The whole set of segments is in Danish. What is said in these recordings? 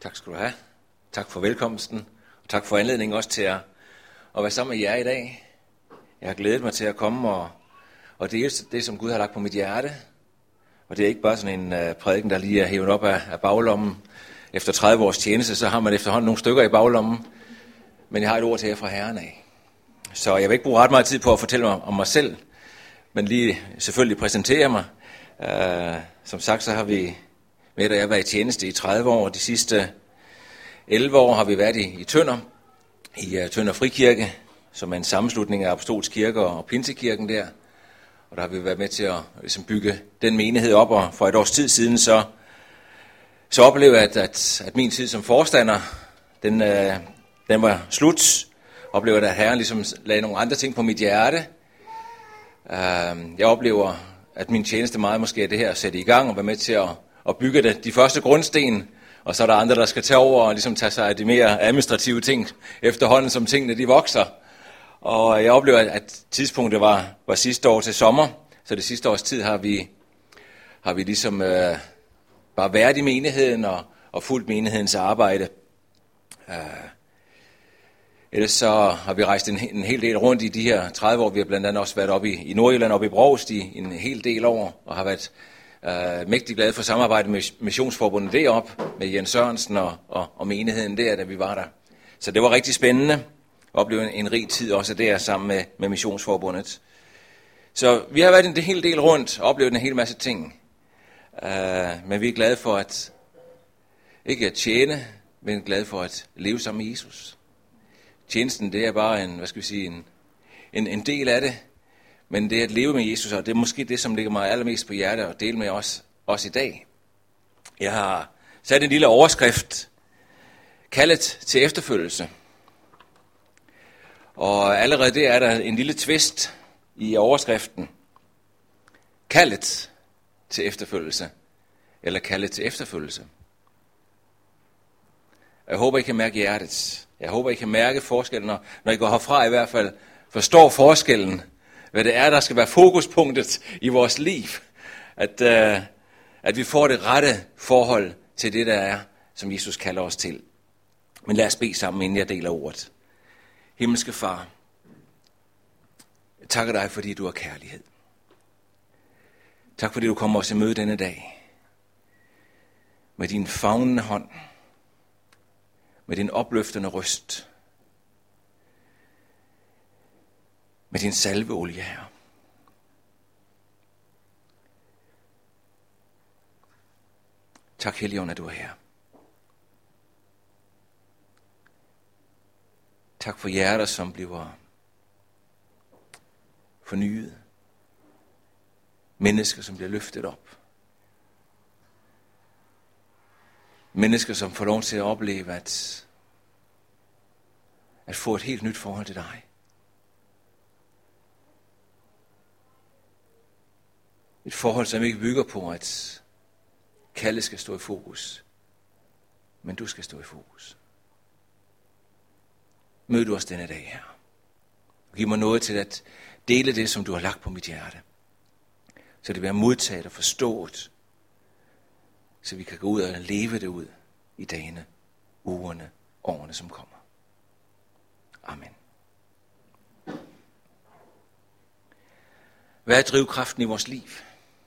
Tak skal du have. Tak for velkomsten, og tak for anledningen også til at være sammen med jer i dag. Jeg har glædet mig til at komme og dele det, som Gud har lagt på mit hjerte. Og det er ikke bare sådan en prædiken, der lige er hævet op af baglommen. Efter 30 års tjeneste, så har man efterhånden nogle stykker i baglommen. Men jeg har et ord til jer fra Herren af. Så jeg vil ikke bruge ret meget tid på at fortælle mig om mig selv, men lige selvfølgelig præsentere mig. Som sagt, så har vi med, at jeg været i tjeneste i 30 år. De sidste 11 år har vi været i Tønder, i Tønder Frikirke, som er en sammenslutning af Apostolsk Kirke og Pinsekirken der. Og der har vi været med til at ligesom bygge den menighed op, og for et års tid siden så oplevede jeg, at min tid som forstander, den var slut. Jeg oplevede, at Herren ligesom lagde nogle andre ting på mit hjerte. Jeg oplever, at min tjeneste meget måske er det her at sætte i gang og være med til at bygge de første grundsten. Og så er der andre, der skal tage over og ligesom tage sig af de mere administrative ting, efterhånden som tingene de vokser. Og jeg oplever, at tidspunktet var sidste år til sommer, så det sidste års tid har vi ligesom bare været i menigheden og fulgt menighedens arbejde. Ellers så har vi rejst en hel del rundt i de her 30 år. Vi har blandt andet også været oppe i Nordjylland, oppe i Brovst i en hel del år, og har været mægtig glad for samarbejde med Missionsforbundet deroppe, med Jens Sørensen og menigheden der, da vi var der. Så det var rigtig spændende at opleve en rig tid også der sammen med Missionsforbundet. Så vi har været en hel del rundt og oplevet en hel masse ting. Men vi er glade for ikke at tjene, men glade for at leve sammen med Jesus. Tjenesten, det er bare en del af det. Men det at leve med Jesus, og det er måske det, som ligger mig allermest på hjertet at dele med os i dag. Jeg har sat en lille overskrift, kaldet til efterfølgelse. Og allerede der er der en lille twist i overskriften. Kaldet til efterfølgelse, eller kaldet til efterfølgelse. Jeg håber, I kan mærke hjertet. Jeg håber, I kan mærke forskellen, når I går herfra i hvert fald forstår forskellen, hvad det er, der skal være fokuspunktet i vores liv. At vi får det rette forhold til det, der er, som Jesus kalder os til. Men lad os bede sammen, inden jeg deler ordet. Himmelske Far, jeg takker dig, fordi du er kærlighed. Tak, fordi du kommer os i møde denne dag. Med din favnende hånd. Med din opløftende røst. Med din salveolie, Herre. Tak, Helligånd, at du er her. Tak for hjerter, som bliver fornyet. Mennesker, som bliver løftet op. Mennesker, som får lov til at opleve at få et helt nyt forhold til dig. Et forhold, som ikke bygger på, at kaldet skal stå i fokus, men du skal stå i fokus. Mød du os denne dag her. Giv mig noget til at dele det, som du har lagt på mit hjerte. Så det bliver modtaget og forstået, så vi kan gå ud og leve det ud i dagene, ugerne, årene, som kommer. Amen. Hvad er drivkraften i vores liv?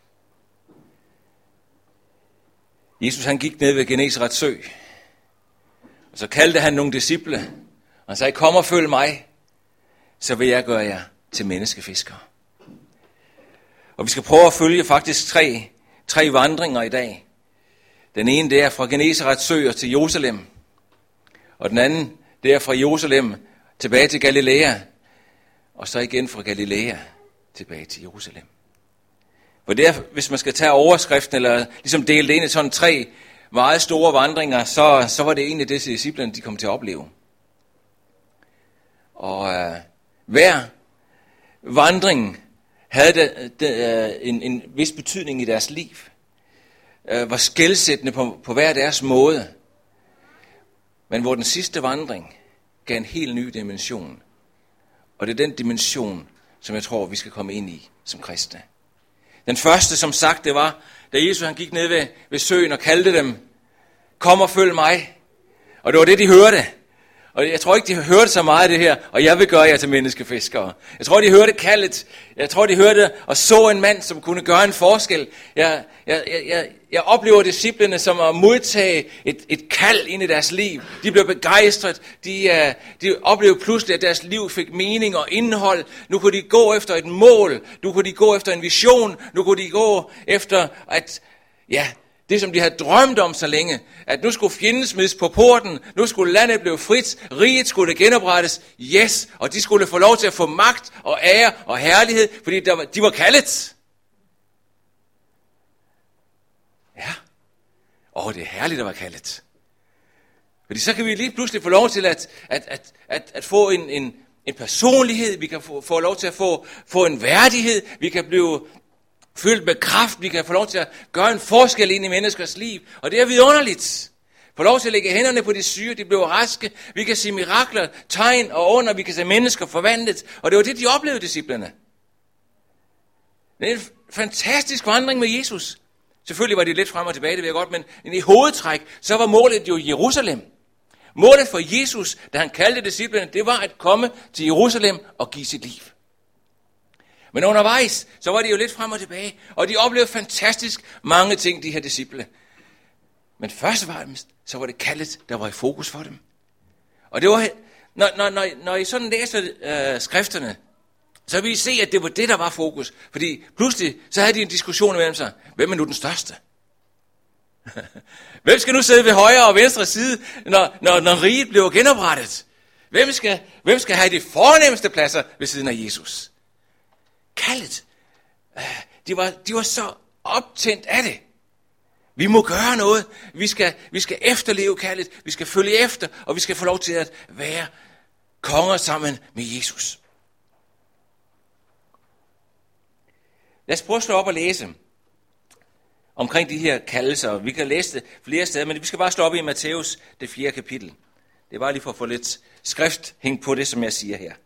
Jesus han gik ned ved Genesarets sø, og så kaldte han nogle disciple, og han sagde, kom og følg mig, så vil jeg gøre jer til menneskefiskere. Og vi skal prøve at følge faktisk tre vandringer i dag. Den ene, det er fra Genesarets sø til Jerusalem, og den anden, det er fra Jerusalem tilbage til Galilea, og så igen fra Galilea tilbage til Jerusalem. For det er, hvis man skal tage overskriften, eller ligesom dele det ind i sådan 3 meget store vandringer, så var det egentlig det, disciplerne de kom til at opleve. Og hver vandring havde en vis betydning i deres liv. Var skelsættende på hver deres måde. Men hvor den sidste vandring gav en helt ny dimension. Og det er den dimension, som jeg tror, vi skal komme ind i som kristne. Den første, som sagt, det var, da Jesus han gik ned ved søen og kaldte dem, kom og følg mig, Og det var det, de hørte. Og jeg tror ikke, de hørte så meget af det her, og jeg vil gøre jer til menneskefiskere. Jeg tror, de hørte kaldet. Jeg tror, de hørte og så en mand, som kunne gøre en forskel. Jeg oplever disciplene som at modtage et kald ind i deres liv. De blev begejstret. De oplevede pludselig, at deres liv fik mening og indhold. Nu kunne de gå efter et mål. Nu kunne de gå efter en vision. Nu kunne de gå efter det, som de havde drømt om så længe, at nu skulle fjenden smides på porten, nu skulle landet blive frit, riget skulle genoprettes, yes, og de skulle få lov til at få magt og ære og herlighed, fordi de var kaldet. Ja, det er herligt at være kaldet. Fordi så kan vi lige pludselig få lov til at få en personlighed, vi kan få lov til at få en værdighed, vi kan blive fyldt med kraft, vi kan få lov til at gøre en forskel ind i menneskers liv. Og det er vidunderligt. Få lov til at lægge hænderne på de syge, de bliver raske. Vi kan se mirakler, tegn og under, vi kan se mennesker forvandlet. Og det var det, de oplevede, disciplene. Det er en fantastisk vandring med Jesus. Selvfølgelig var det lidt frem og tilbage, det ved jeg godt, men i hovedtræk, så var målet jo Jerusalem. Målet for Jesus, da han kaldte disciplene, det var at komme til Jerusalem og give sit liv. Men undervejs, så var de jo lidt frem og tilbage, og de oplevede fantastisk mange ting, de her disciple. Men først og fremmest, så var det kaldet, der var i fokus for dem. Og det var, når I sådan læser skrifterne, så vil I se, at det var det, der var fokus. Fordi pludselig, så havde de en diskussion mellem sig. Hvem er nu den største? Hvem skal nu sidde ved højre og venstre side, når riget bliver genoprettet? Hvem skal have de fornemmeste pladser ved siden af Jesus? Kaldet. De var så optændt af det. Vi må gøre noget. Vi skal efterleve kaldet. Vi skal følge efter, og vi skal få lov til at være konger sammen med Jesus. Lad os prøve at slå op og læse omkring de her kaldelser. Vi kan læse det flere steder, men vi skal bare slå op i Matthæus, det 4. kapitel. Det er bare lige for at få lidt skrift hængt på det, som jeg siger her.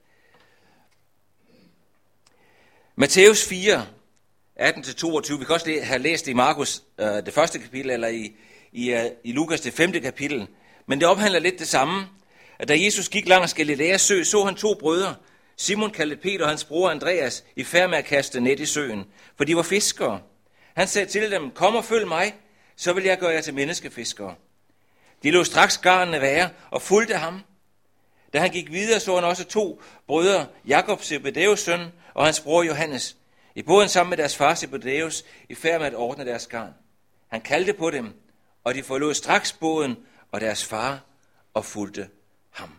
Matthæus 4, 18-22. Vi kan også have læst det i Markus, det 1. kapitel, eller i Lukas, det 5. kapitel. Men det omhandler lidt det samme. At da Jesus gik langs Galilæas sø, så han 2 brødre. Simon kaldte Peter og hans bror Andreas i færd med at kaste net i søen, for de var fiskere. Han sagde til dem, kom og følg mig, så vil jeg gøre jer til menneskefiskere. De lod straks garnene være og fulgte ham. Da han gik videre, så han også 2 brødre, Jakob Zebedeus søn og hans bror Johannes, i båden sammen med deres far Zebedeus, i færd med at ordne deres garn. Han kaldte på dem, og de forlod straks båden og deres far og fulgte ham.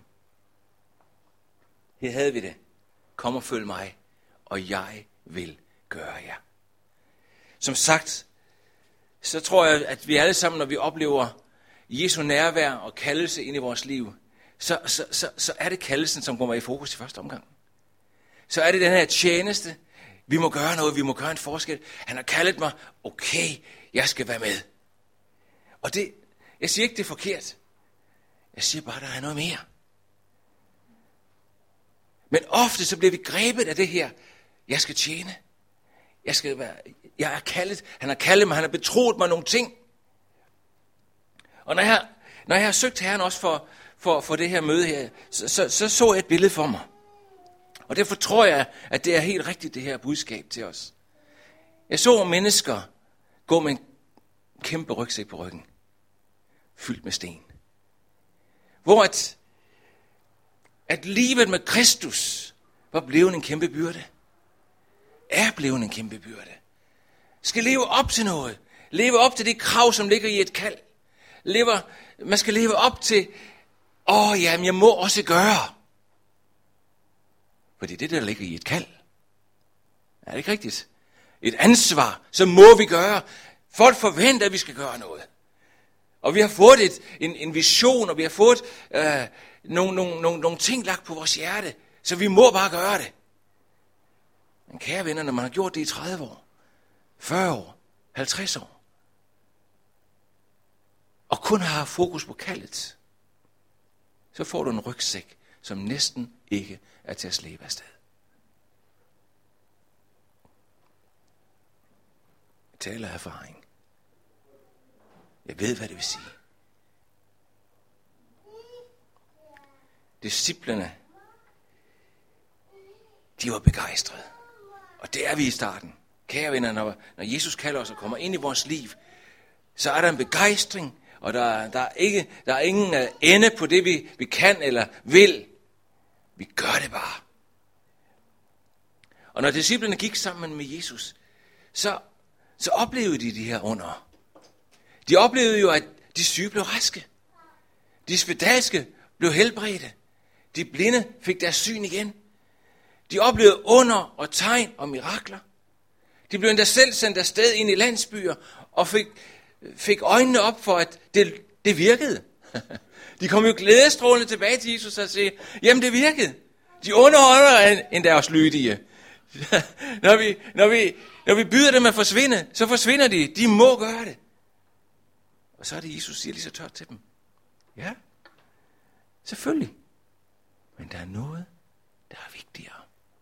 Her havde vi det. Kom og følg mig, og jeg vil gøre jer. Som sagt, så tror jeg, at vi alle sammen, når vi oplever Jesu nærvær og kaldelse ind i vores liv, så er det kaldelsen, som kommer i fokus i første omgang. Så er det den her tjeneste. Vi må gøre noget, vi må gøre en forskel. Han har kaldet mig, okay, jeg skal være med. Og det, jeg siger ikke, det er forkert. Jeg siger bare, der er noget mere. Men ofte så bliver vi grebet af det her. Jeg skal tjene. Jeg er kaldet. Han har kaldet mig. Han har betroet mig nogle ting. Og når jeg har søgt Herren også for det her møde her, så jeg et billede for mig. Og derfor tror jeg, at det er helt rigtigt, det her budskab til os. Jeg så mennesker gå med en kæmpe rygsæk på ryggen, fyldt med sten. Hvor at livet med Kristus var blevet en kæmpe byrde. Er blevet en kæmpe byrde. Skal leve op til noget. Leve op til det krav, som ligger i et kald. Man skal leve op til, jamen jeg må også gøre. For det er det, der ligger i et kald. Er det ikke rigtigt? Et ansvar, så må vi gøre. Folk forventer, at vi skal gøre noget. Og vi har fået en vision, og vi har fået nogle ting lagt på vores hjerte, så vi må bare gøre det. Men kære venner, når man har gjort det i 30 år, 40 år, 50 år, og kun har fokus på kaldet, så får du en rygsæk, som næsten ikke er til at slæbe afsted. Jeg taler af erfaring. Jeg ved, hvad det vil sige. disciplene, de var begejstrede. Og det er vi i starten. Kære venner, når Jesus kalder os og kommer ind i vores liv, så er der en begejstring, og der er ingen ende på det, vi kan eller vil. Vi gør det bare. Og når disciplene gik sammen med Jesus, så oplevede de her under. De oplevede jo, at de syge blev raske. De spedalske blev helbredte. De blinde fik deres syn igen. De oplevede under og tegn og mirakler. De blev endda selv sendt afsted ind i landsbyer og fik øjnene op for, at det virkede. De kom jo glædestrålende tilbage til Jesus og sagde, jamen det virkede. De underholder endda os lydige. Når vi byder dem at forsvinde, så forsvinder de. De må gøre det. Og så er det, Jesus siger lige så tørt til dem. Ja, selvfølgelig. Men der er noget, der er vigtigere.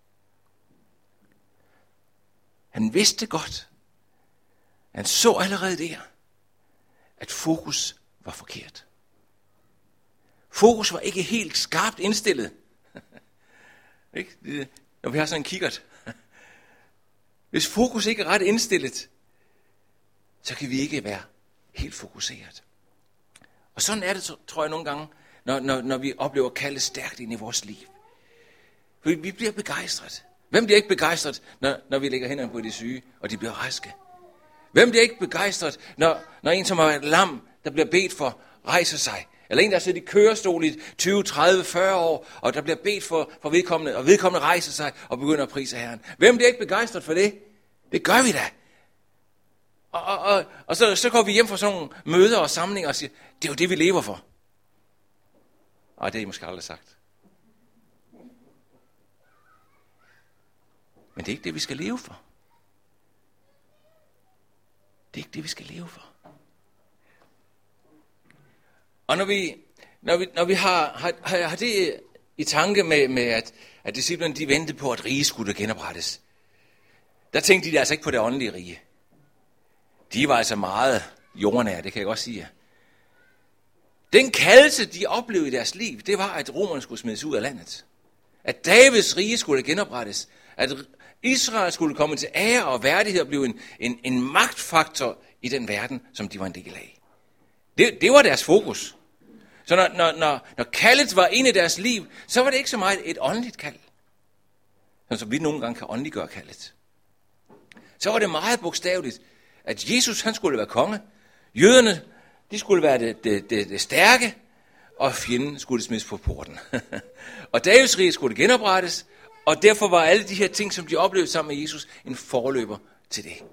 Han vidste godt. Han så allerede der, at fokus var forkert. Fokus var ikke helt skarpt indstillet. Ikke? Når vi har sådan en kikkert. Hvis fokus ikke er ret indstillet, så kan vi ikke være helt fokuseret. Og sådan er det, tror jeg, nogle gange, når vi oplever kaldet stærkt ind i vores liv. Vi bliver begejstret. Hvem bliver ikke begejstret, når vi lægger hænderne på de syge, og de bliver raske? Hvem bliver ikke begejstret, når en, som har været lam, der bliver bedt for, rejser sig? Eller en, der sidder i kørestol i 20, 30, 40 år, og der bliver bedt for vedkommende, og vedkommende rejser sig og begynder at prise Herren. Hvem bliver ikke begejstret for det? Det gør vi da. Og så går vi hjem fra sådan nogle møder og samlinger og siger, det er jo det, vi lever for. Og det er I måske aldrig sagt. Men det er ikke det, vi skal leve for. Det er ikke det, vi skal leve for. Og når vi har det i tanke med at disciplerne, de ventede på, at riget skulle genoprettes, der tænkte de altså ikke på det åndelige rige. De var altså meget jordnære, det kan jeg godt sige. Den kaldelse, de oplevede i deres liv, det var, at romerne skulle smides ud af landet. At Davids rige skulle genoprettes. At Israel skulle komme til ære og værdighed og blive en magtfaktor i den verden, som de var en del af. Det var deres fokus. Så når kaldet var inde i deres liv, så var det ikke så meget et åndeligt kald. Sådan som vi nogle gange kan åndeliggøre kaldet. Så var det meget bogstaveligt, at Jesus, han skulle være konge. Jøderne, de skulle være det stærke, og fjenden skulle smides på porten. Og Davids rige skulle genoprettes, og derfor var alle de her ting, som de oplevede sammen med Jesus, en forløber til det.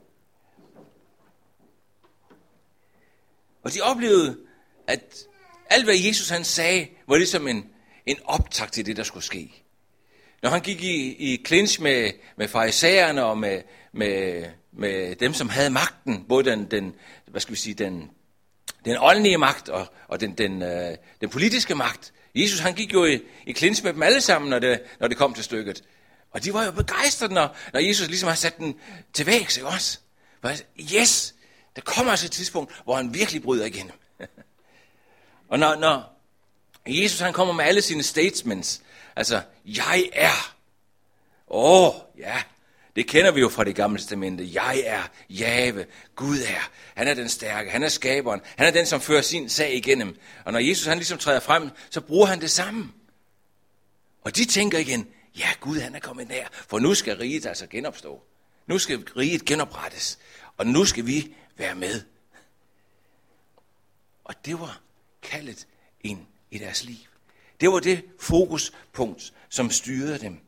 Og de oplevede, at alt hvad Jesus han sagde, var ligesom en optakt til det, der skulle ske. Når han gik i clinch med farisæerne og med dem, som havde magten, både den åndelige magt og den politiske magt. Jesus han gik jo i clinch med dem alle sammen, når det kom til stykket. Og de var jo begejstrede, når Jesus ligesom har sat den til vægs, ikke også? Yes, der kommer altså et tidspunkt, hvor han virkelig bryder igennem. Og når Jesus han kommer med alle sine statements, altså, jeg er. Ja, det kender vi jo fra det gamle testamente. Jeg er Jahve, Gud er. Han er den stærke, han er skaberen, han er den, som fører sin sag igennem. Og når Jesus han ligesom træder frem, så bruger han det samme. Og de tænker igen, ja, Gud han er kommet nær, for nu skal riget altså genopstå. Nu skal riget genoprettes, og nu skal vi være med. Og det var kaldet ind i deres liv. Det var det fokuspunkt, som styrede dem.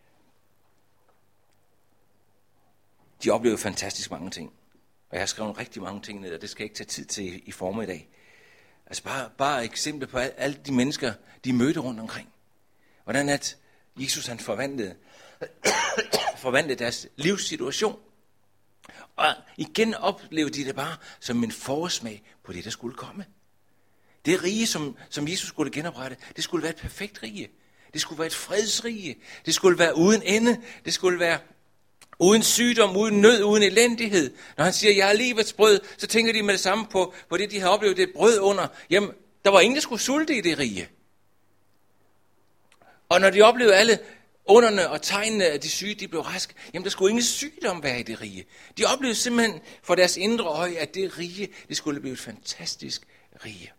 De oplevede fantastisk mange ting. Og jeg har skrevet rigtig mange ting ned, og det skal jeg ikke tage tid til i formiddag. Altså bare eksempler på alle de mennesker, de mødte rundt omkring. Hvordan at Jesus han forvandlede deres livssituation. Og igen oplevede de det bare som en forsmag på det, der skulle komme. Det rige, som Jesus skulle genoprette, det skulle være et perfekt rige. Det skulle være et fredsrige. Det skulle være uden ende. Det skulle være uden sygdom, uden nød, uden elendighed. Når han siger, jeg er livets brød, så tænker de med det samme på det, de har oplevet, det brød under. Jamen, der var ingen, der skulle sulte i det rige. Og når de oplevede alle underne og tegnene, at de syge de blev raske, jamen der skulle ingen sygdom være i det rige. De oplevede simpelthen for deres indre øje, at det rige, det skulle blive et fantastisk rige.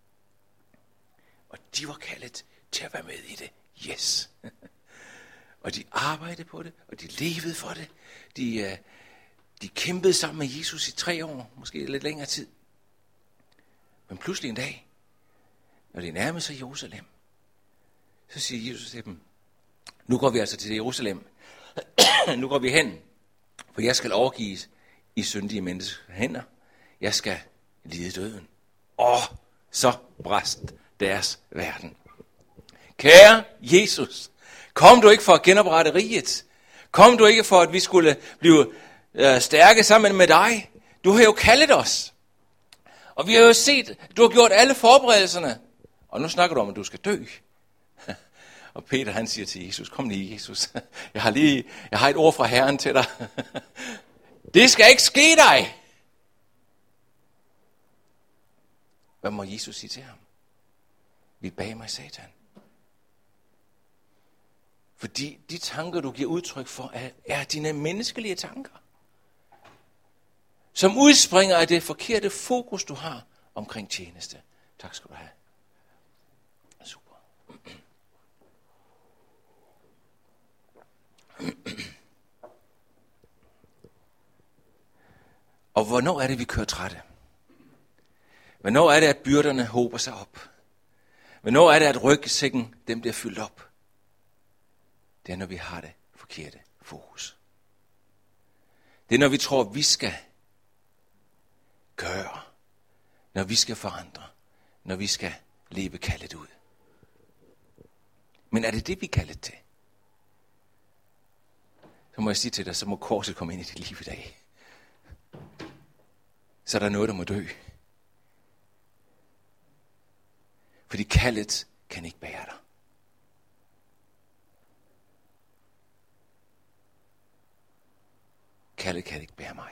Og de var kaldet til at være med i det. Yes. Og de arbejdede på det, og de levede for det. De kæmpede sammen med Jesus i 3 år, måske lidt længere tid. Men pludselig en dag, når de nærmede sig Jerusalem, så siger Jesus til dem, nu går vi altså til Jerusalem. Nu går vi hen, for jeg skal overgives i syndige menneskers hænder. Jeg skal lide døden. Og så brast deres verden. Kære Jesus, kom du ikke for at genoprette riget? Kom du ikke for, at vi skulle blive stærke sammen med dig? Du har jo kaldet os. Og vi har jo set, du har gjort alle forberedelserne. Og nu snakker du om, at du skal dø. Og Peter han siger til Jesus, kom lige Jesus, jeg har et ord fra Herren til dig. Det skal ikke ske dig. Hvad må Jesus sige til ham? Vi bag mig, Satan. Fordi de tanker, du giver udtryk for, er dine menneskelige tanker. Som udspringer af det forkerte fokus, du har omkring tjeneste. Tak skal du have. Super. Og hvornår er det, vi kører trætte? Hvornår er det, at byrderne hober sig op? Hvornår er det, at rygsækken dem bliver fyldt op? Det er, når vi har det forkerte fokus. Det er, når vi tror, vi skal gøre. Når vi skal forandre. Når vi skal leve kaldet ud. Men er det det, vi er kaldet til? Så må jeg sige til dig, så må korset komme ind i dit liv i dag. Så er der noget, der må dø. Fordi kaldet kan ikke bære dig. Kaldet kan ikke bære mig.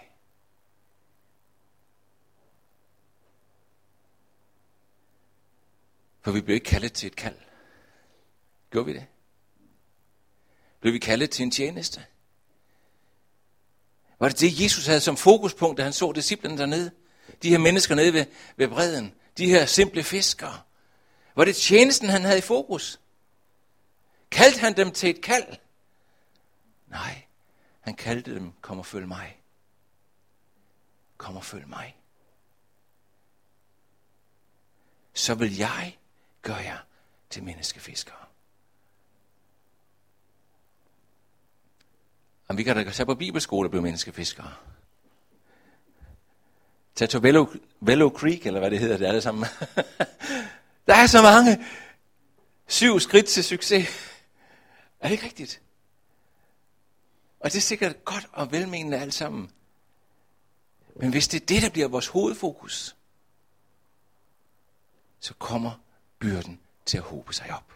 For vi blev ikke kaldet til et kald. Gjorde vi det? Blev vi kaldet til en tjeneste? Var det det, Jesus havde som fokuspunkt, da han så disciplene dernede? De her mennesker nede ved bredden. De her simple fiskere. Var det tjenesten, han havde i fokus? Kaldte han dem til et kald? Nej, han kaldte dem, kom og følg mig. Kom og følg mig. Så vil jeg gøre jer til menneskefiskere. Og vi kan da tage på bibelskole og blive menneskefiskere. Tag til Vello Creek, eller hvad det hedder, det alle sammen. Der er så mange 7 skridt til succes. Er det ikke rigtigt? Og det er sikkert godt og velmenende alt sammen. Men hvis det er det, der bliver vores hovedfokus, så kommer byrden til at hobe sig op.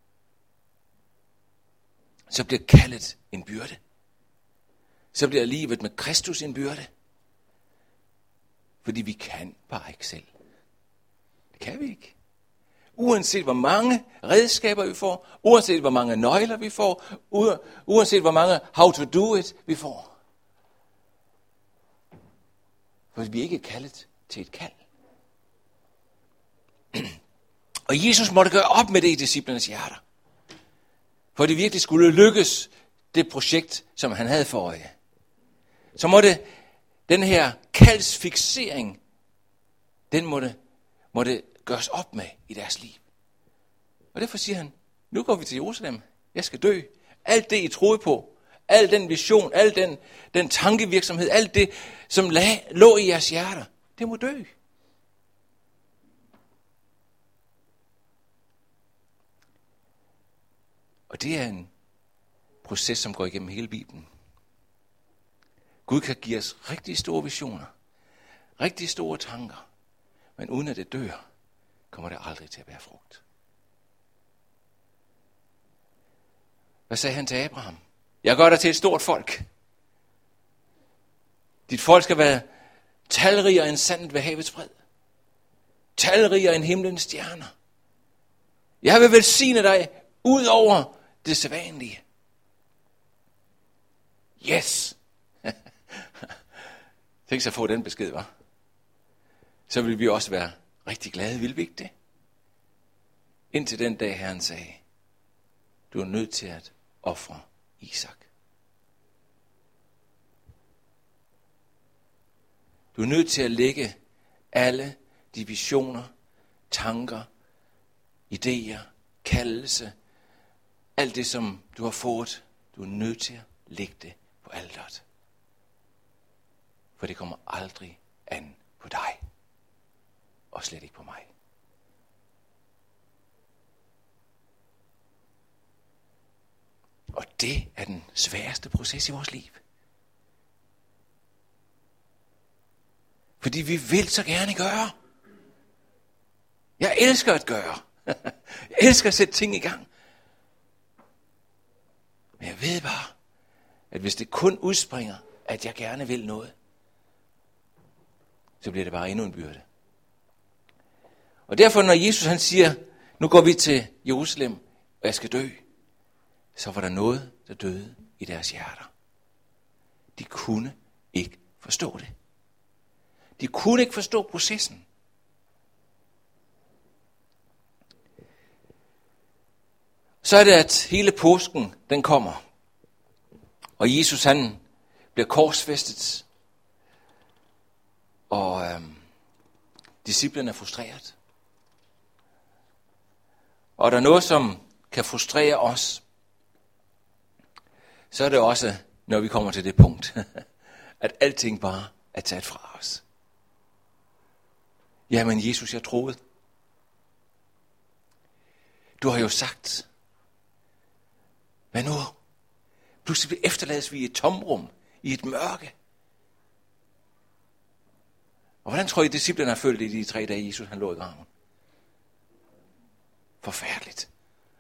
Så bliver kaldet en byrde. Så bliver livet med Kristus en byrde. Fordi vi kan bare ikke selv. Det kan vi ikke. Uanset hvor mange redskaber vi får, uanset hvor mange nøgler vi får, uanset hvor mange how to do it vi får. For vi er ikke kaldet til et kald. Og Jesus måtte gøre op med det i disciplernes hjerter. For det virkelig skulle lykkes, det projekt, som han havde for øje. Så måtte den her kaldsfiksering, den måtte gøres op med i deres liv. Og derfor siger han, nu går vi til Jerusalem. Jeg skal dø. Alt det, I troede på, al den vision, al den tankevirksomhed, alt det, som lå i jeres hjerter, det må dø. Og det er en proces, som går igennem hele Bibelen. Gud kan give os rigtig store visioner, rigtig store tanker, men uden at det dør, kommer det aldrig til at bære frugt. Hvad sagde han til Abraham? Jeg gør dig til et stort folk. Dit folk skal være talrigere end sandet ved havets bred. Talrigere end himlens stjerner. Jeg vil velsigne dig Ud over det sædvanlige. Yes! Tænk sig at få den besked, hva'? Så vil vi også være rigtig glade, vil vi ikke det? Indtil den dag, Herren sagde, du er nødt til at ofre Isak. Du er nødt til at lægge alle de visioner, tanker, idéer, kaldelse, alt det, som du har fået, du er nødt til at lægge det på alteret. For det kommer aldrig an på dig, og slet ikke på mig. Og det er den sværeste proces i vores liv. Fordi vi vil så gerne gøre. Jeg elsker at gøre. Jeg elsker at sætte ting i gang. Men jeg ved bare, at hvis det kun udspringer, at jeg gerne vil noget, så bliver det bare endnu en byrde. Og derfor, når Jesus han siger, nu går vi til Jerusalem, og jeg skal dø, så var der noget, der døde i deres hjerter. De kunne ikke forstå det. De kunne ikke forstå processen. Så er det, at hele påsken, den kommer. Og Jesus, han bliver korsfæstet. Og disciplene er frustreret. Og der er noget, som kan frustrere os. Så er det også, når vi kommer til det punkt, at alting bare er taget fra os. Jamen Jesus, jeg troede. Du har jo sagt. Hvad nu? Pludselig efterlades vi i et tomrum, i et mørke. Og hvordan tror I, disciplerne har følt det i de 3 dage, Jesus han lå i graven? Forfærdeligt.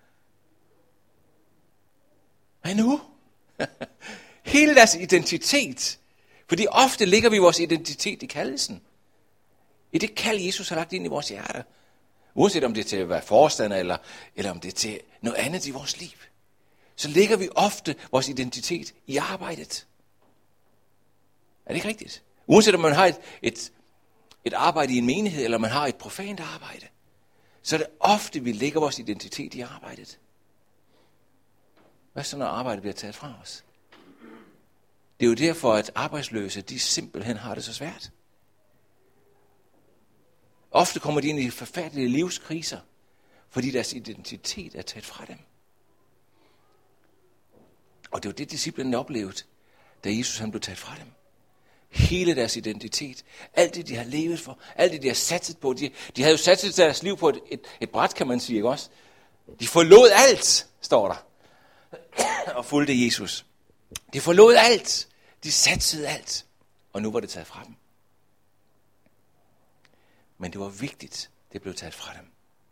Hvad nu? Hele deres identitet. Fordi ofte ligger vi vores identitet i kaldelsen. I det kald, Jesus har lagt ind i vores hjerte. Uanset om det er til at være forstander, eller om det er til noget andet i vores liv. Så ligger vi ofte vores identitet i arbejdet. Er det ikke rigtigt? Uanset om man har et arbejde i en menighed, eller man har et profant arbejde, så er det ofte, vi lægger vores identitet i arbejdet. Hvad så, når arbejdet bliver taget fra os? Det er jo derfor, at arbejdsløse, de simpelthen har det så svært. Ofte kommer de ind i forfærdelige livskriser, fordi deres identitet er taget fra dem. Og det var det, disciplene oplevede, da Jesus han blev taget fra dem. Hele deres identitet, alt det, de har levet for, alt det, de har satset på. De havde jo satset deres liv på et bræt, kan man sige, ikke også? De forlod alt, står der, og fulgte Jesus. De forlod alt. De satsede alt. Og nu var det taget fra dem. Men det var vigtigt, det blev taget fra dem.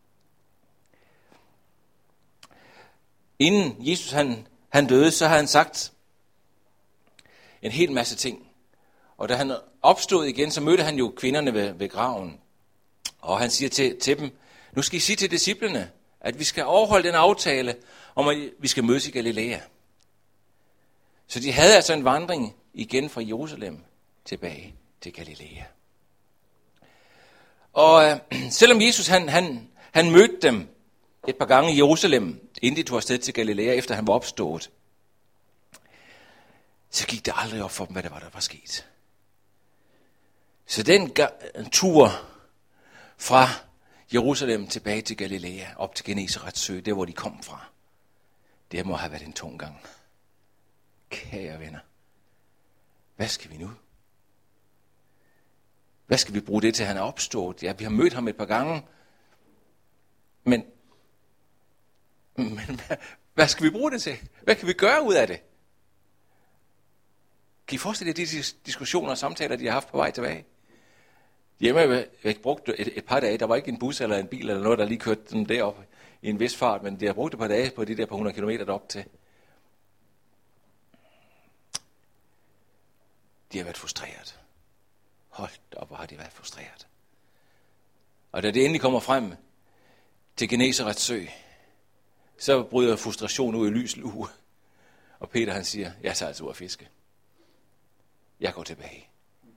Inden Jesus han døde, så havde han sagt en hel masse ting. Og da han opstod igen, så mødte han jo kvinderne ved graven. Og han siger til dem, nu skal I sige til disciplene, at vi skal overholde den aftale, om at vi skal mødes i Galilea. Så de havde altså en vandring igen fra Jerusalem tilbage til Galilea. Og selvom Jesus han mødte dem et par gange i Jerusalem, inden de tog afsted til Galilea, efter han var opstået, så gik det aldrig op for dem, hvad der var sket. Så den tur fra Jerusalem tilbage til Galilea, op til Genesarets sø, der hvor de kom fra, det må have været en tung gang. Kære venner, hvad skal vi nu? Hvad skal vi bruge det til, han er opstået? Ja, vi har mødt ham et par gange, men hvad skal vi bruge det til? Hvad kan vi gøre ud af det? Kan I forestille jer de diskussioner og samtaler, de har haft på vej tilbage? Hjemme har jeg brugt et par dage. Der var ikke en bus eller en bil eller noget, der lige kørte dem derop i en vis fart, men de har brugt et par dage på de der par 100 kilometer derop til. De har været frustreret. Hold op, hvor har de været frustreret. Og da det endelig kommer frem til Genesarets sø, så bryder frustration ud i lys lue. Og Peter han siger, jeg tager altså ud at fiske. Jeg går tilbage.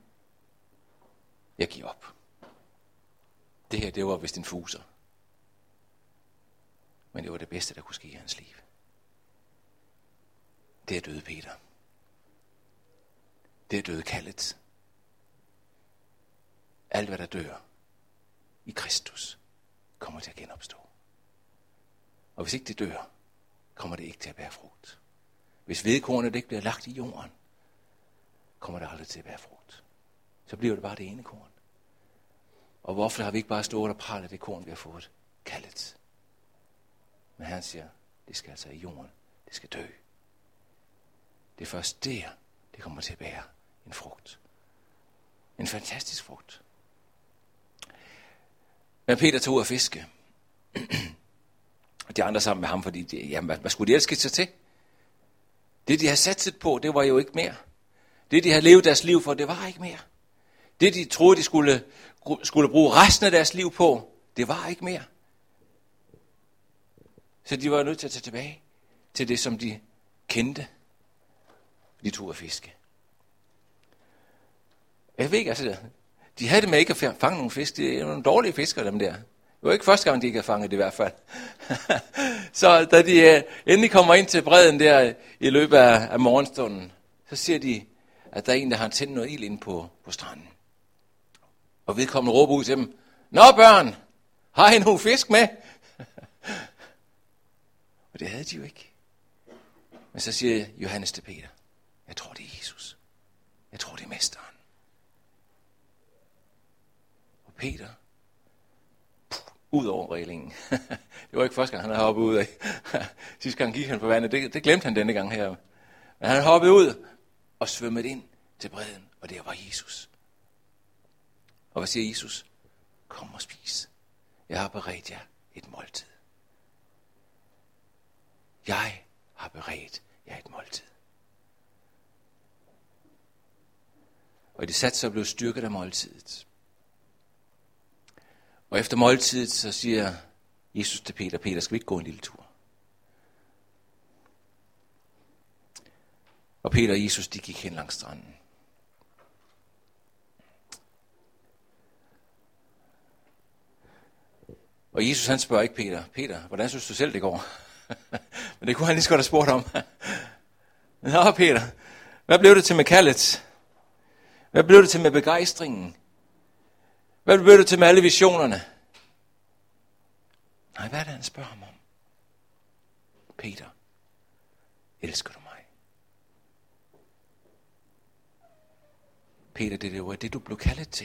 Jeg giver op. Det her, det var vist en fuser. Men det var det bedste, der kunne ske i hans liv. Det er døde Peter. Det er døde kaldet. Alt hvad der dør i Kristus, kommer til at genopstå. Og hvis ikke det dør, kommer det ikke til at bære frugt. Hvis hvedekornet ikke bliver lagt i jorden, kommer det aldrig til at bære frugt. Så bliver det bare det ene korn. Og hvorfor har vi ikke bare stået og pralet det korn, vi har fået? Kaldet. Men han siger, det skal altså i jorden. Det skal dø. Det er først der, det kommer til at bære en frugt. En fantastisk frugt. Men Peter tog ud at fiske. Og de andre sammen med ham, fordi hvad skulle de ellers sig til? Det, de havde satset på, det var jo ikke mere. Det, de havde levet deres liv for, det var ikke mere. Det, de troede, de skulle bruge resten af deres liv på, det var ikke mere. Så de var nødt til at tage tilbage til det, som de kendte. De tog at fiske. Jeg ved ikke, altså, de havde det med ikke at fange nogle fisk. Det er nogle dårlige fiskere, dem der. Det var ikke første gang, de ikke havde fanget det i hvert fald. Så da de endelig kommer ind til bredden der i løbet af morgenstunden, så siger de, at der er en, der har tændt noget ild ind på stranden. Og vedkommende råber ud til dem, nå børn, har I nogle fisk med? Og det havde de jo ikke. Men så siger Johannes til Peter, jeg tror det er Jesus. Jeg tror det er mesteren. Og Peter, ud over reglingen. Det var ikke første gang, han havde hoppet ud af. Sidste gang gik han på vandet. Det glemte han denne gang her. Men han hoppede ud og svømmede ind til bredden. Og det var Jesus. Og hvad siger Jesus? Kom og spis. Jeg har beredt jer et måltid. Jeg har beredt jer et måltid. Og de satte sig og blev styrket af måltidet. Og efter måltidet, så siger Jesus til Peter, Peter, skal vi ikke gå en lille tur? Og Peter og Jesus, de gik hen langs stranden. Og Jesus, han spørger ikke Peter, Peter, hvordan synes du selv, det går? Men det kunne han lige så godt have spurgt om. Nå, Peter, hvad blev det til med kaldet? Hvad blev det til med begejstringen? Hvad blev det til med alle visionerne? Nej, hvad er det, han spørger ham om? Peter, elsker du mig? Peter, det var det, du blev kaldet til.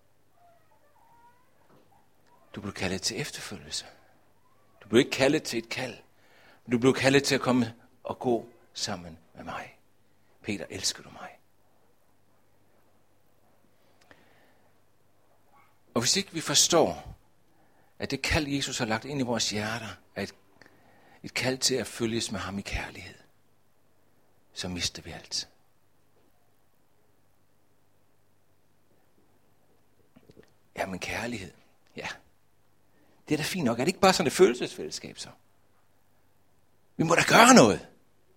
Du blev kaldet til efterfølgelse. Du blev ikke kaldet til et kald. Men du blev kaldet til at komme og gå sammen med mig. Peter, elsker du mig? Og hvis ikke vi forstår, at det kald, Jesus har lagt ind i vores hjerter, er et kald til at følges med ham i kærlighed, så mister vi alt. Ja, men kærlighed, ja. Det er da fint nok. Er det ikke bare sådan et følelsesfællesskab så? Vi må da gøre noget.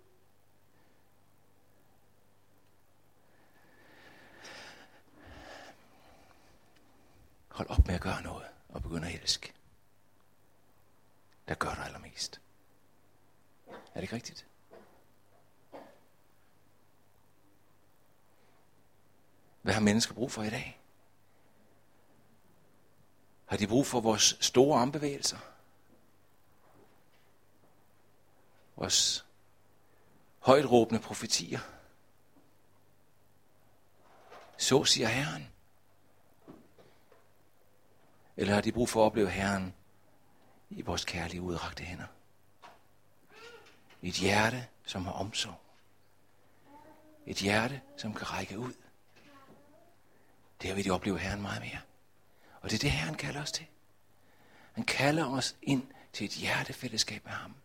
Hold op med at gøre noget og begynde at elske. Der gør dig allermest. Er det ikke rigtigt? Hvad har mennesker brug for i dag? Har de brug for vores store armbevægelser? Vores højtråbende profetier? Så siger Herren. Eller har de brug for at opleve Herren i vores kærlige udrakte hænder? Et hjerte, som har omsorg. Et hjerte, som kan række ud. Der vil de opleve Herren meget mere. Og det er det, Herren kalder os til. Han kalder os ind til et hjertefællesskab med ham.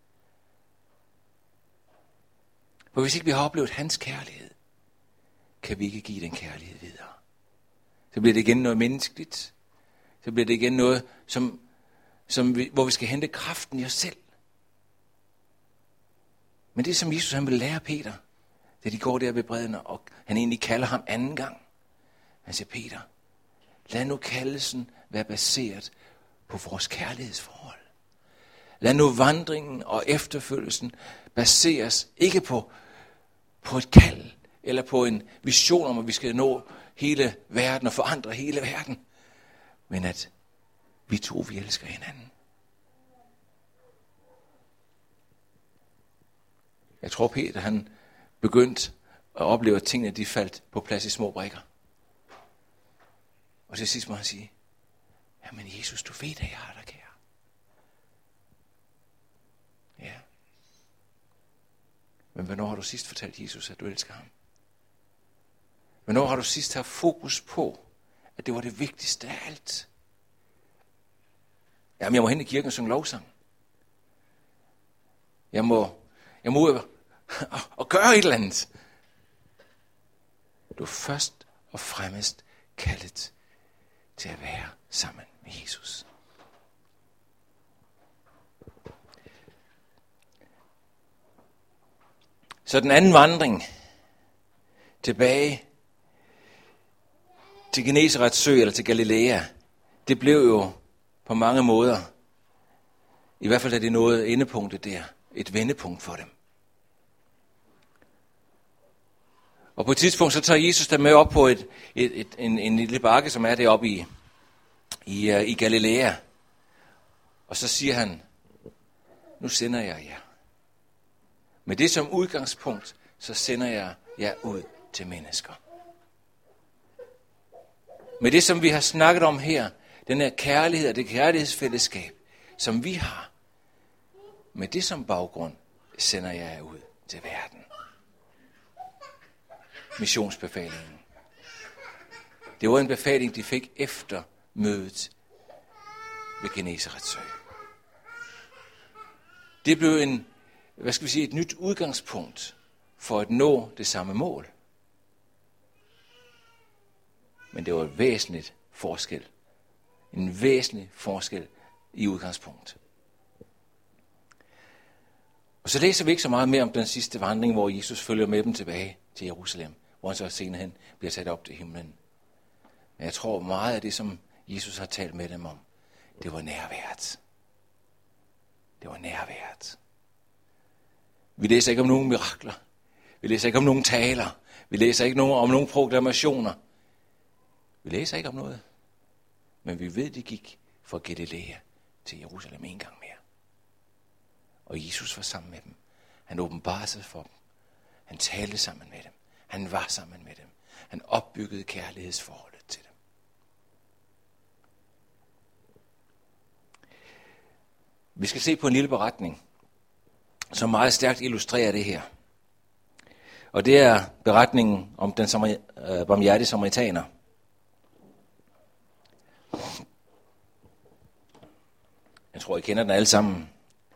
For hvis ikke vi har oplevet hans kærlighed, kan vi ikke give den kærlighed videre. Så bliver det igen noget menneskeligt. Så bliver det igen noget, hvor vi skal hente kraften i os selv. Men det som Jesus han vil lære Peter, da de går der ved bredden, og han egentlig kalder ham anden gang. Han siger, Peter, lad nu kaldelsen være baseret på vores kærlighedsforhold. Lad nu vandringen og efterfølgelsen baseres ikke på et kald, eller på en vision om, at vi skal nå hele verden og forandre hele verden. Men at vi elsker hinanden. Jeg tror, Peter han begyndte at opleve, at tingene de faldt på plads i små brikker. Og til sidst må han sige, jamen Jesus, du ved, at jeg har dig kære. Ja. Men hvornår har du sidst fortalt Jesus, at du elsker ham? Hvornår har du sidst haft fokus på, at det var det vigtigste af alt? Jamen, jeg må hen i kirken og synge lovsang. Jeg må ud og gøre et eller andet. Du er først og fremmest kaldet til at være sammen med Jesus. Så den anden vandring tilbage til Genesarets sø eller til Galilea, det blev jo på mange måder, i hvert fald da det nåede endepunktet der, et vendepunkt for dem. Og på et tidspunkt så tager Jesus dem med op på en lille bakke, som er deroppe i Galilea. Og så siger han, nu sender jeg jer. Med det som udgangspunkt, så sender jeg jer ud til mennesker. Med det som vi har snakket om her, den her kærlighed og det kærlighedsfællesskab, som vi har. Med det som baggrund, sender jeg jer ud til verden. Missionsbefalingen. Det var en befaling, de fik efter mødet ved Genesarets sø. Det blev et nyt udgangspunkt for at nå det samme mål. Men det var en væsentlig forskel i udgangspunkt. Og så læser vi ikke så meget mere om den sidste vandring, hvor Jesus følger med dem tilbage til Jerusalem, hvor han så senere hen bliver taget op til himlen. Men jeg tror meget af det, som Jesus har talt med dem om, det var nærværet. Det var nærværet. Vi læser ikke om nogen mirakler. Vi læser ikke om nogen taler. Vi læser ikke om nogen proklamationer. Vi læser ikke om noget. Men vi ved, det gik fra Galilea til Jerusalem en gang mere. Og Jesus var sammen med dem. Han åbenbarede sig for dem. Han talte sammen med dem. Han var sammen med dem. Han opbyggede kærlighedsforholdet til dem. Vi skal se på en lille beretning, som meget stærkt illustrerer det her. Og det er beretningen om den barmhjertige samaritaner. Jeg tror, I kender den alle sammen.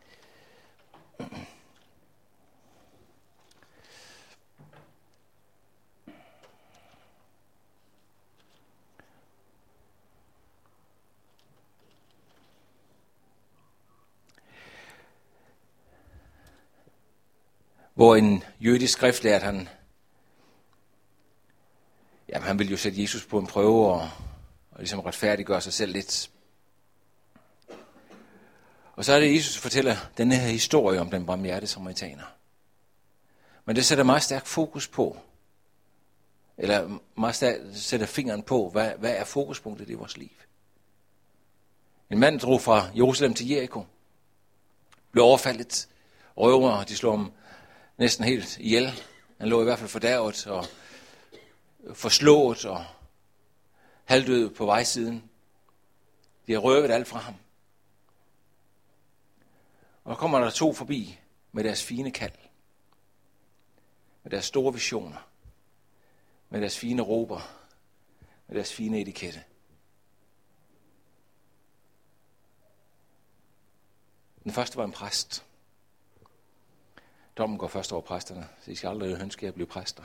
Hvor en jødisk skriftlært, han ville jo sætte Jesus på en prøve og ligesom retfærdiggøre sig selv lidt. Og så er det, Jesus fortæller denne her historie om den barmhjertige samaritaner. Men det sætter meget stærkt fokus på, eller meget stærkt sætter fingeren på, hvad er fokuspunktet i vores liv. En mand drog fra Jerusalem til Jericho, blev overfaldet, røvere, de slog ham næsten helt ihjel. Han lå i hvert fald fordærvet og forslået og halvdød på vejsiden. De har røvet alt fra ham. Og der kommer der to forbi med deres fine kald. Med deres store visioner. Med deres fine råber. Med deres fine etikette. Den første var en præst. Dommen går først over præsterne, så I skal aldrig ønske at blive præster.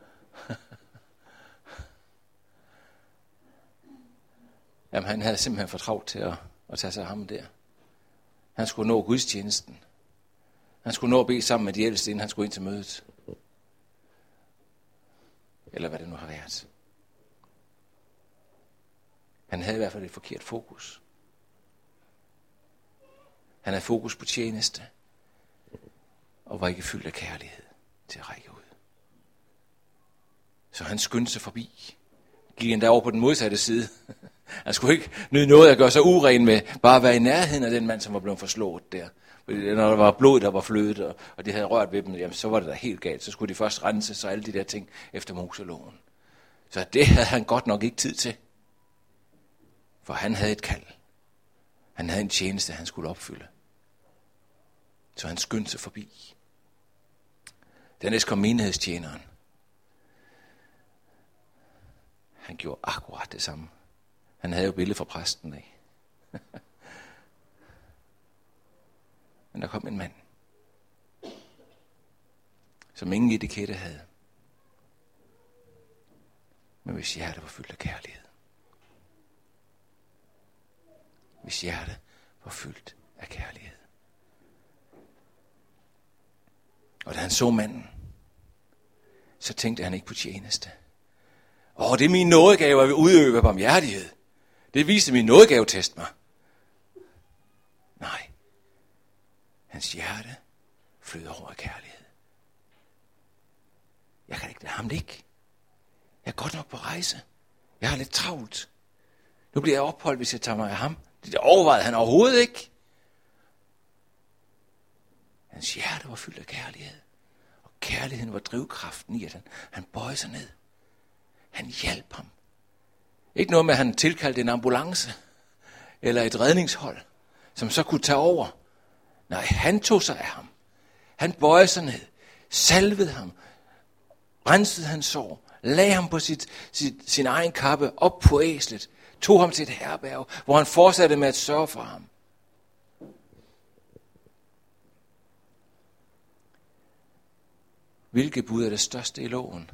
Jamen, han havde simpelthen for travlt til at tage sig af ham der. Han skulle nå gudstjenesten. Han skulle nå at bede sammen med de ældste, inden han skulle ind til mødet. Eller hvad det nu har været. Han havde i hvert fald et forkert fokus. Han havde fokus på tjeneste, og var ikke fyldt af kærlighed til at række ud. Så han skyndte sig forbi. Gik endda over på den modsatte side. Han skulle ikke nyde noget at gøre sig uren med, bare at være i nærheden af den mand, som var blevet forslået der. Fordi når der var blod, der var flødet, og de havde rørt ved dem, jamen, så var det da helt galt. Så skulle de først rense sig alle de der ting efter Moseloven. Så det havde han godt nok ikke tid til. For han havde et kald. Han havde en tjeneste, han skulle opfylde. Så han skyndte sig forbi. Dernæst kom menighedstjeneren. Han gjorde akkurat det samme. Han havde jo billede fra præsten af. Men der kom en mand, som ingen etikette havde. Men hvis hjerte var fyldt af kærlighed. Hvis hjerte var fyldt af kærlighed. Og da han så manden, så tænkte han ikke på tjeneste. Det er min nådegave at udøve barmhjertighed. Det viste min nådegavetest mig. Nej. Hans hjerte flyder over af kærlighed. Jeg kan ikke lade ham ligge. Jeg er godt nok på rejse. Jeg har lidt travlt. Nu bliver jeg opholdt, hvis jeg tager mig af ham. Det overvejede han overhovedet ikke. Hans hjerte var fyldt af kærlighed. Og kærligheden var drivkraften i, at han bøjede sig ned. Han hjalp ham. Ikke noget med, at han tilkaldte en ambulance eller et redningshold, som så kunne tage over. Nej, han tog sig af ham. Han bøjede sig ned, salvede ham, rensede hans sår, lagde ham på sin egen kappe op på æslet, tog ham til et herberg, hvor han fortsatte med at sørge for ham. Hvilket bud er det største i loven?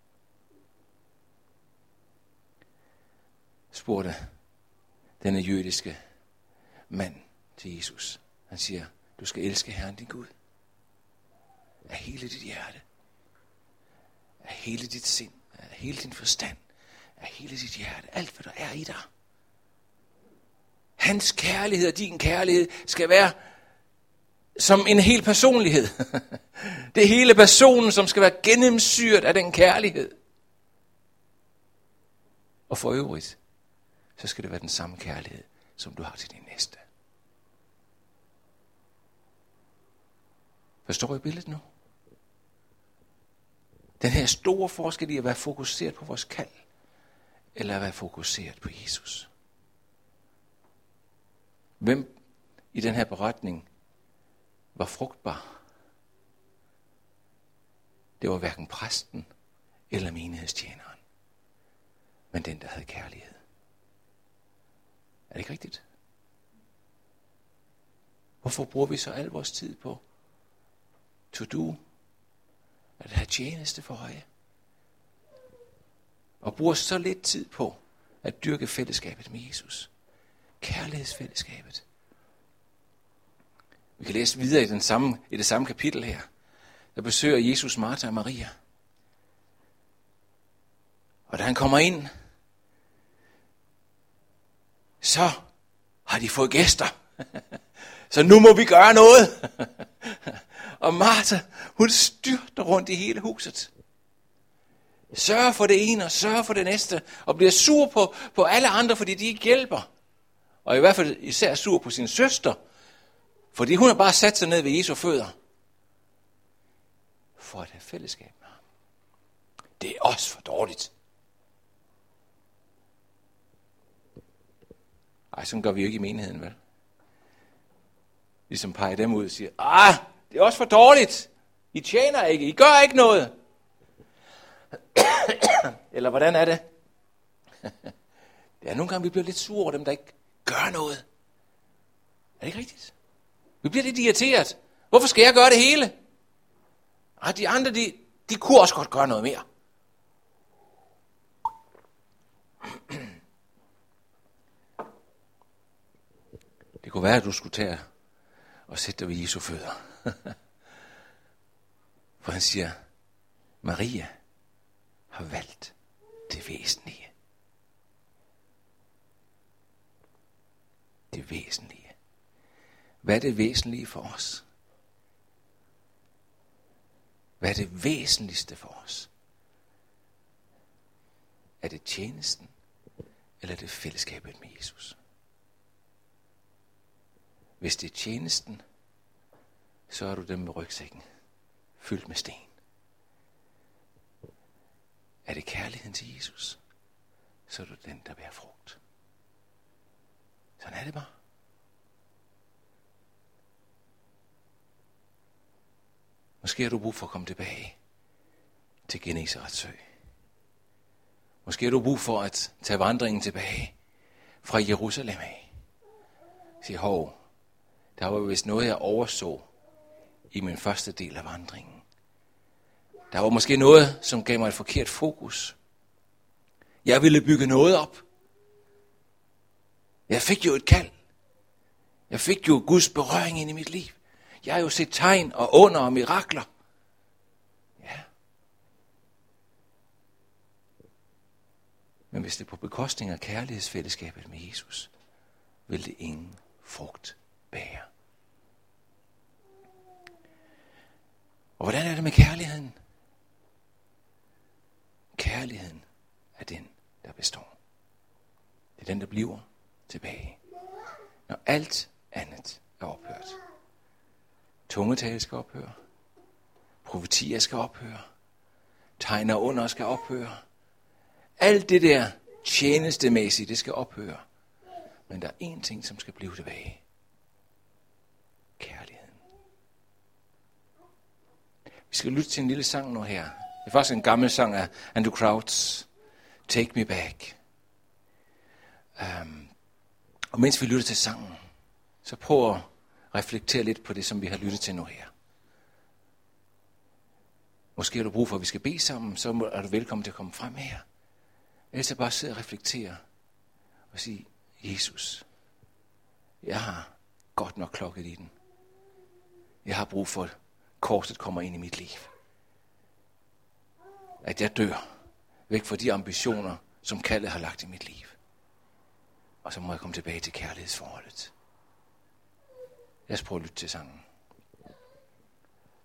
Spurgte denne jødiske mand til Jesus. Han siger, du skal elske Herren din Gud. Af hele dit hjerte. Af hele dit sind. Af hele din forstand. Af hele dit hjerte. Alt hvad der er i dig. Hans kærlighed og din kærlighed skal være som en hel personlighed. Det er hele personen, som skal være gennemsyret af den kærlighed. Og for øvrigt, så skal det være den samme kærlighed, som du har til din næste. Forstår I billedet nu? Den her store forskel i at være fokuseret på vores kald, eller at være fokuseret på Jesus. Hvem i den her beretning var frugtbar? Det var hverken præsten eller menighedstjeneren, men den, der havde kærlighed. Er det ikke rigtigt? Hvorfor bruger vi så al vores tid på to do, at have tjeneste for øje, og bruger så lidt tid på at dyrke fællesskabet med Jesus? Kærlighedsfællesskabet. Vi kan læse videre i det samme kapitel her. Der besøger Jesus Martha og Maria. Og da han kommer ind, så har de fået gæster. Så nu må vi gøre noget. Og Martha, hun styrter rundt i hele huset. Sørger for det ene og sørger for det næste. Og bliver sur på alle andre, fordi de ikke hjælper. Og i hvert fald især sur på sin søster. Fordi hun har bare sat sig ned ved Jesu fødder. For at have fællesskab med ham. Det er også for dårligt. Ej, sådan gør vi jo ikke i menigheden, vel? Ligesom peger dem ud og siger, det er også for dårligt. I tjener ikke, I gør ikke noget. Eller hvordan er det? Det er nogle gange, vi bliver lidt sure over dem, der ikke gør noget. Er det ikke rigtigt? Vi bliver lidt irriteret. Hvorfor skal jeg gøre det hele? De andre, de kunne også godt gøre noget mere. Det kunne være, at du skulle tage og sætte dig ved Jesu fødder. For han siger, Maria har valgt det væsentlige. Det væsentlige. Hvad er det væsentlige for os? Hvad er det væsentligste for os? Er det tjenesten, eller er det fællesskabet med Jesus? Hvis det er tjenesten, så er du dem med rygsækken fyldt med sten. Er det kærligheden til Jesus, så er du den, der bærer frugt. Sådan er det bare. Måske har du brug for at komme tilbage til Genesarets sø. Måske har du brug for at tage vandringen tilbage fra Jerusalem af. Sige, hov, der var vist noget, jeg overså i min første del af vandringen. Der var måske noget, som gav mig et forkert fokus. Jeg ville bygge noget op. Jeg fik jo et kald. Jeg fik jo Guds berøring ind i mit liv. Jeg har jo set tegn og under og mirakler. Ja. Men hvis det er på bekostning af kærlighedsfællesskabet med Jesus, vil det ingen frugt bære. Og hvordan er det med kærligheden? Kærligheden er den, der består. Det er den, der bliver tilbage. Når alt andet er ophørt. Tungetale skal ophøre. Profetier skal ophøre. Tegn og under skal ophøre. Alt det der tjenestemæssige, det skal ophøre. Men der er én ting, som skal blive tilbage. Kærligheden. Vi skal lytte til en lille sang nu her. Det er faktisk en gammel sang af Andrew Crouch. Take Me Back. Og mens vi lytter til sangen, så prøv at reflektere lidt på det, som vi har lyttet til nu her. Måske har du brug for, at vi skal bede sammen, så er du velkommen til at komme frem her. Ellers bare sidde og reflektere og sige, Jesus, jeg har godt nok klokket i den. Jeg har brug for, at korset kommer ind i mit liv. At jeg dør væk fra de ambitioner, som kaldet har lagt i mit liv. Og så må jeg komme tilbage til kærlighedsforholdet. Lad os prøve at lytte til sangen.